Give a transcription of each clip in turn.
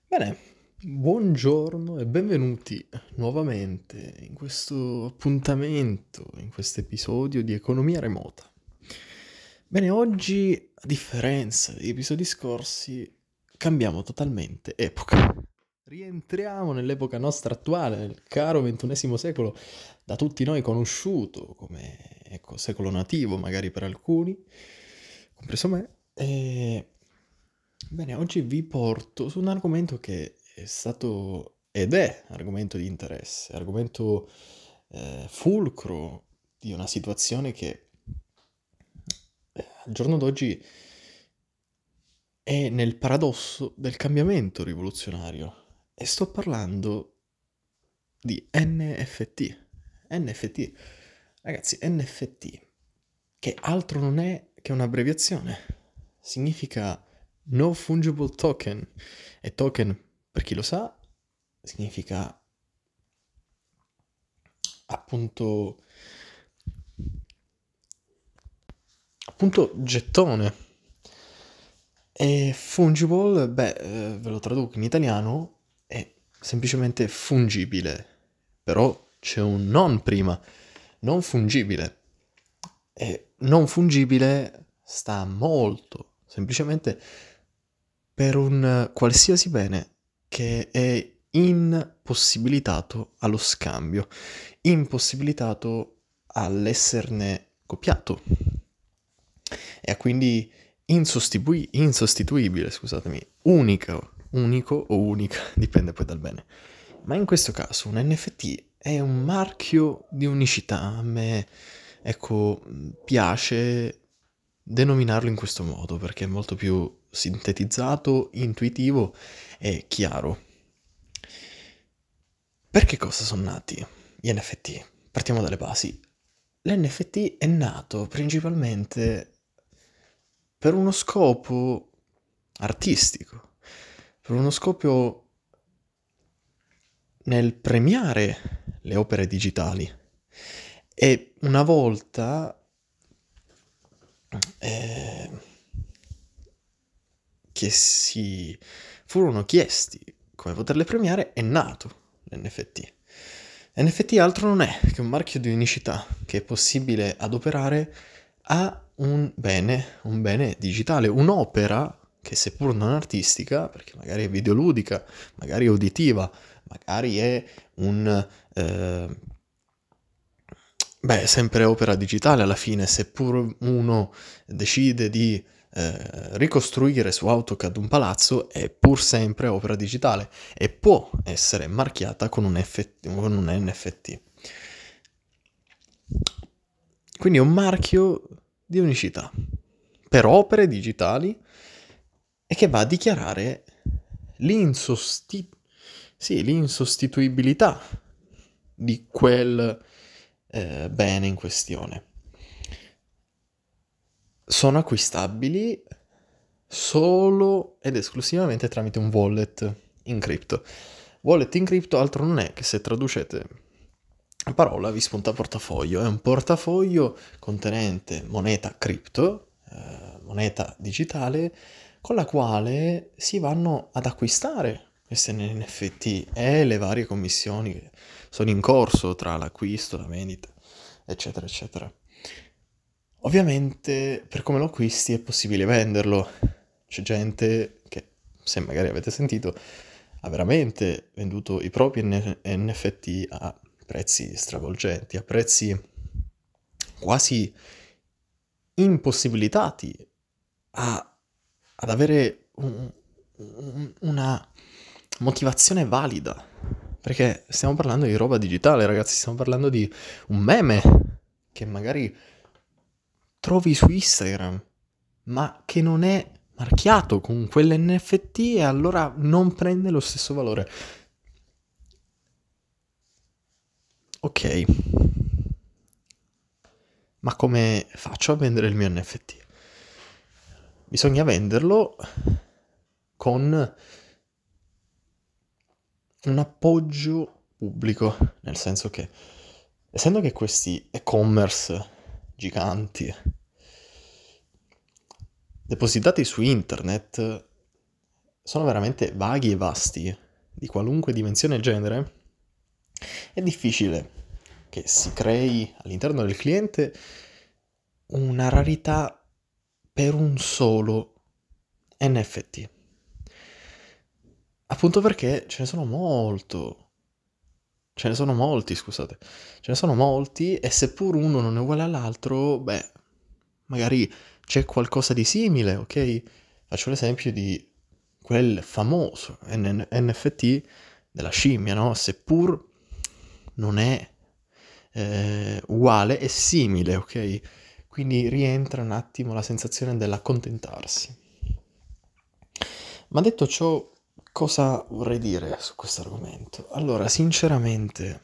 Bene, buongiorno e benvenuti nuovamente in questo appuntamento, in questo episodio di Economia Remota. Bene, oggi, a differenza degli episodi scorsi, cambiamo totalmente epoca. Rientriamo nell'epoca nostra attuale, nel caro XXI secolo, da tutti noi conosciuto come, ecco, secolo nativo, magari per alcuni, compreso me. Bene, oggi vi porto su un argomento che è stato ed è argomento di interesse, argomento fulcro di una situazione che al giorno d'oggi è nel paradosso del cambiamento rivoluzionario. E sto parlando di NFT. NFT. Ragazzi, NFT, che altro non è che un'abbreviazione. Significa No Fungible Token. E token, per chi lo sa, significa appunto, appunto gettone. E fungible, ve lo traduco in italiano, è semplicemente fungibile. Però c'è un non prima, non fungibile. E non fungibile sta molto, semplicemente per un qualsiasi bene che è impossibilitato allo scambio, impossibilitato all'esserne copiato e quindi insostituibile, scusatemi, unico o unica, dipende poi dal bene. Ma in questo caso un NFT è un marchio di unicità. A me, ecco, piace denominarlo in questo modo perché è molto più sintetizzato, intuitivo e chiaro. Per che cosa sono nati gli NFT? Partiamo dalle basi. L'NFT è nato principalmente per uno scopo artistico, per uno scopo nel premiare le opere digitali. E una volta eh, che si furono chiesti come poterle premiare, è nato l'NFT. NFT altro non è che un marchio di unicità che è possibile adoperare a un bene digitale, un'opera che seppur non artistica, perché magari è videoludica, magari è uditiva, magari è un... sempre opera digitale alla fine, seppur uno decide di ricostruire su AutoCAD un palazzo, è pur sempre opera digitale e può essere marchiata con con un NFT. Quindi è un marchio di unicità per opere digitali e che va a dichiarare l'insostituibilità di quel bene in questione. Sono acquistabili solo ed esclusivamente tramite un wallet in cripto. Wallet in cripto altro non è che, se traducete la parola, vi spunta portafoglio. È un portafoglio contenente moneta cripto, moneta digitale, con la quale si vanno ad acquistare questi NFT e le varie commissioni che sono in corso tra l'acquisto, la vendita, eccetera, eccetera. Ovviamente, per come lo acquisti è possibile venderlo. C'è gente che, se magari avete sentito, ha veramente venduto i propri NFT a prezzi stravolgenti, a prezzi quasi impossibilitati ad avere una motivazione valida. Perché stiamo parlando di roba digitale, ragazzi, stiamo parlando di un meme che magari trovi su Instagram, ma che non è marchiato con quell'NFT e allora non prende lo stesso valore. Ok, ma come faccio a vendere il mio NFT? Bisogna venderlo con un appoggio pubblico, nel senso che, essendo che questi e-commerce giganti depositati su internet sono veramente vaghi e vasti, di qualunque dimensione e genere, è difficile che si crei all'interno del cliente una rarità per un solo NFT. Appunto perché ce ne sono molti, scusate, ce ne sono molti e seppur uno non è uguale all'altro, beh, magari c'è qualcosa di simile, ok? Faccio l'esempio di quel famoso NFT della scimmia, no? Seppur non è uguale, è simile, ok? Quindi rientra un attimo la sensazione dell'accontentarsi. Ma detto ciò, cosa vorrei dire su questo argomento? Allora, sinceramente,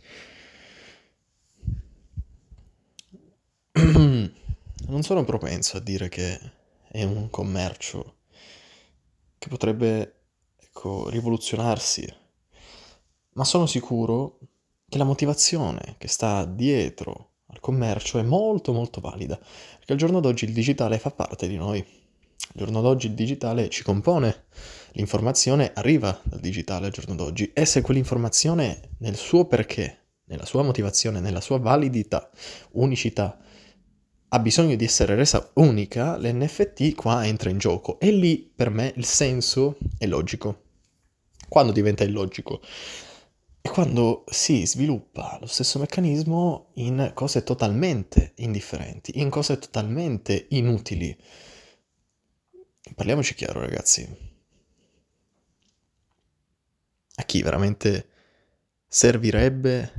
non sono propenso a dire che è un commercio che potrebbe, ecco, rivoluzionarsi, ma sono sicuro che la motivazione che sta dietro al commercio è molto molto valida, perché al giorno d'oggi il digitale fa parte di noi. Al giorno d'oggi il digitale ci compone, l'informazione arriva dal digitale al giorno d'oggi e se quell'informazione nel suo perché, nella sua motivazione, nella sua validità, unicità, ha bisogno di essere resa unica, l'NFT qua entra in gioco e lì per me il senso è logico. Quando diventa illogico? È quando si sviluppa lo stesso meccanismo in cose totalmente indifferenti, in cose totalmente inutili. Parliamoci chiaro, ragazzi. A chi veramente servirebbe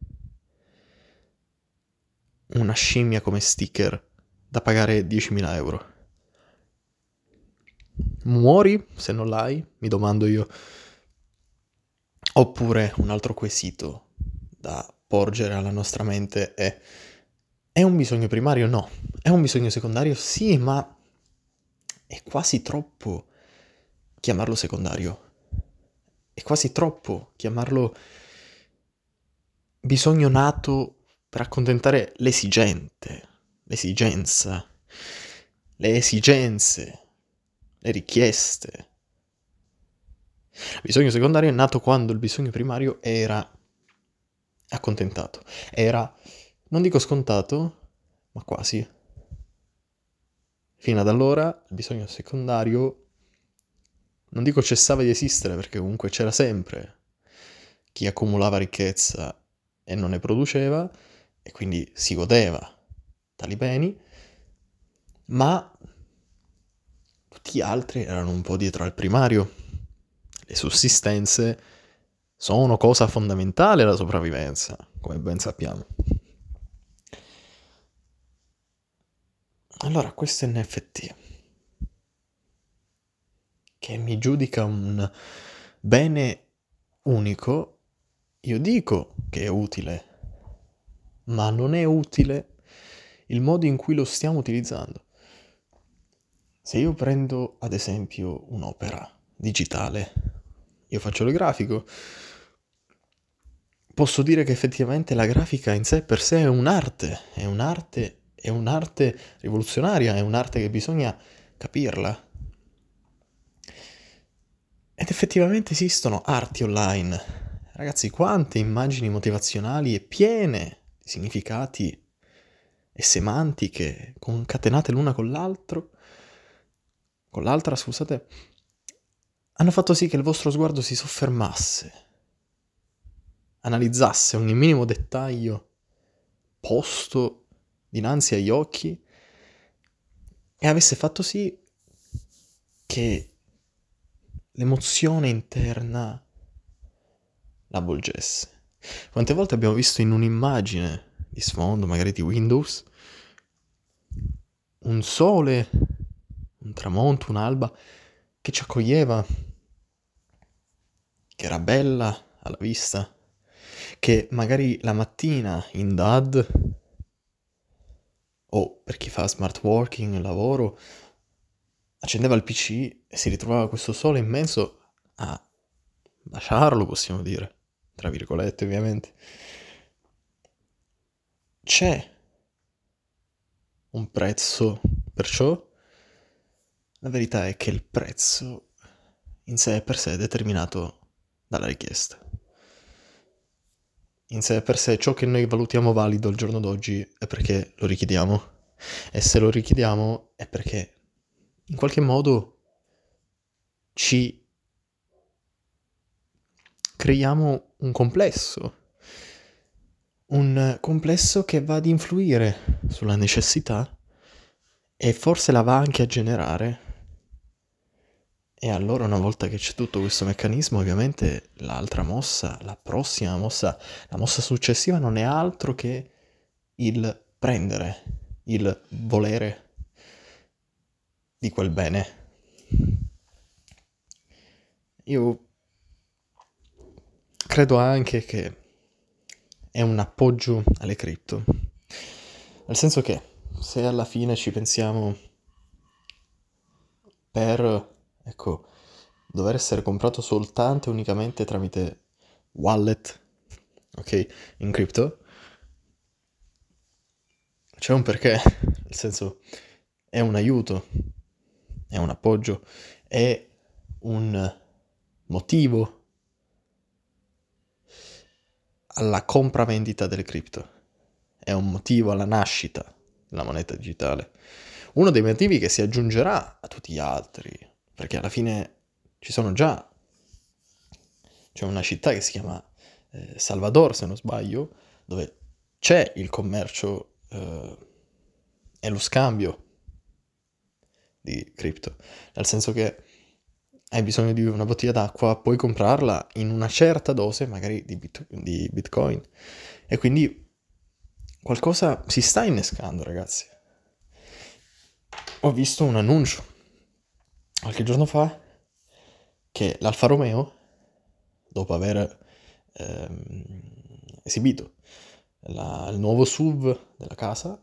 una scimmia come sticker da pagare 10.000 euro? Muori se non l'hai? Mi domando io. Oppure un altro quesito da porgere alla nostra mente è un bisogno primario? No. È un bisogno secondario? Sì, ma è quasi troppo chiamarlo secondario. È quasi troppo chiamarlo bisogno nato per accontentare l'esigenza, le esigenze, le richieste. Il bisogno secondario è nato quando il bisogno primario era accontentato. Era, non dico scontato, ma quasi. Fino ad allora il bisogno secondario, non dico cessava di esistere perché comunque c'era sempre chi accumulava ricchezza e non ne produceva e quindi si godeva tali beni, ma tutti gli altri erano un po' dietro al primario. Le sussistenze sono cosa fondamentale alla sopravvivenza, come ben sappiamo. Allora, questo NFT, che mi giudica un bene unico, io dico che è utile, ma non è utile il modo in cui lo stiamo utilizzando. Se io prendo ad esempio un'opera digitale, io faccio il grafico, posso dire che effettivamente la grafica in sé per sé è un'arte rivoluzionaria, è un'arte che bisogna capirla. Ed effettivamente esistono arti online. Ragazzi, quante immagini motivazionali e piene di significati e semantiche concatenate l'una con l'altra, scusate, hanno fatto sì che il vostro sguardo si soffermasse, analizzasse ogni minimo dettaglio posto dinanzi agli occhi e avesse fatto sì che l'emozione interna l'avvolgesse. Quante volte abbiamo visto in un'immagine di sfondo, magari di Windows, un sole, un tramonto, un'alba che ci accoglieva, che era bella alla vista, che magari la mattina in DAD o per chi fa smart working, lavoro, accendeva il PC e si ritrovava questo sole immenso a baciarlo, possiamo dire, tra virgolette ovviamente. C'è un prezzo, perciò la verità è che il prezzo in sé e per sé è determinato dalla richiesta. In sé e per sé ciò che noi valutiamo valido al giorno d'oggi è perché lo richiediamo. E se lo richiediamo è perché in qualche modo ci creiamo un complesso che va ad influire sulla necessità e forse la va anche a generare. E allora una volta che c'è tutto questo meccanismo, ovviamente l'altra mossa, la prossima mossa, la mossa successiva non è altro che il prendere, il volere di quel bene. Io credo anche che è un appoggio alle cripto, nel senso che se alla fine ci pensiamo per, ecco, dover essere comprato soltanto e unicamente tramite wallet, ok, in cripto, c'è un perché, nel senso è un aiuto, è un appoggio, è un motivo alla compravendita delle cripto, è un motivo alla nascita della moneta digitale. Uno dei motivi che si aggiungerà a tutti gli altri, perché alla fine ci sono già, c'è una città che si chiama Salvador, se non sbaglio, dove c'è il commercio e lo scambio di cripto, nel senso che hai bisogno di una bottiglia d'acqua, puoi comprarla in una certa dose magari di Bitcoin e quindi qualcosa si sta innescando, ragazzi. Ho visto un annuncio qualche giorno fa che l'Alfa Romeo, dopo aver esibito il nuovo SUV della casa,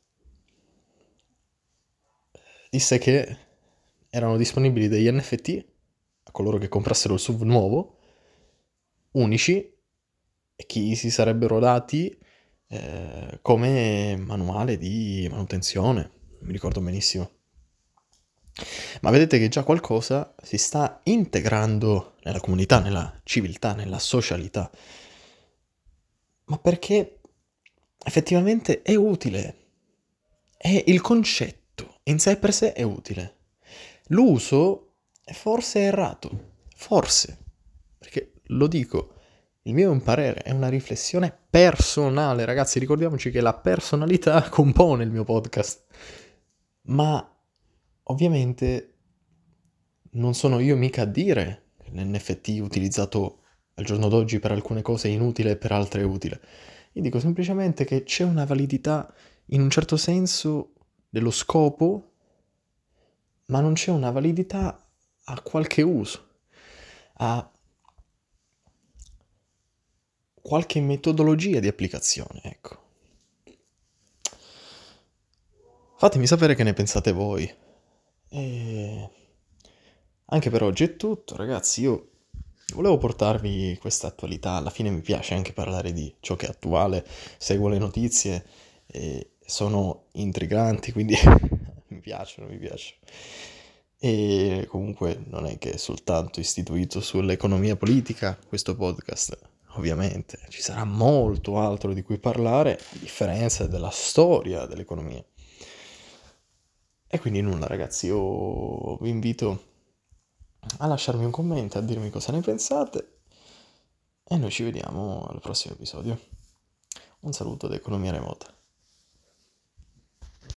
disse che erano disponibili degli NFT a coloro che comprassero il SUV nuovo, unici, e chi si sarebbero dati come manuale di manutenzione, mi ricordo benissimo. Ma vedete che già qualcosa si sta integrando nella comunità, nella civiltà, nella socialità. Ma perché effettivamente è utile. È il concetto in sé per sé è utile. L'uso è forse errato. Forse. Perché lo dico, il mio è un parere, è una riflessione personale. Ragazzi, ricordiamoci che la personalità compone il mio podcast. Ma ovviamente non sono io mica a dire che l'NFT utilizzato al giorno d'oggi per alcune cose è inutile e per altre è utile. Io dico semplicemente che c'è una validità in un certo senso dello scopo, ma non c'è una validità a qualche uso, a qualche metodologia di applicazione, ecco. Fatemi sapere che ne pensate voi. E anche per oggi è tutto, ragazzi. Io volevo portarvi questa attualità. Alla fine mi piace anche parlare di ciò che è attuale, seguo le notizie e sono intriganti, quindi mi piacciono. E comunque non è che è soltanto istituito sull'economia politica questo podcast. Ovviamente ci sarà molto altro di cui parlare, a differenza della storia dell'economia. E quindi nulla, ragazzi, io vi invito a lasciarmi un commento, a dirmi cosa ne pensate e noi ci vediamo al prossimo episodio. Un saluto da Economia Remota.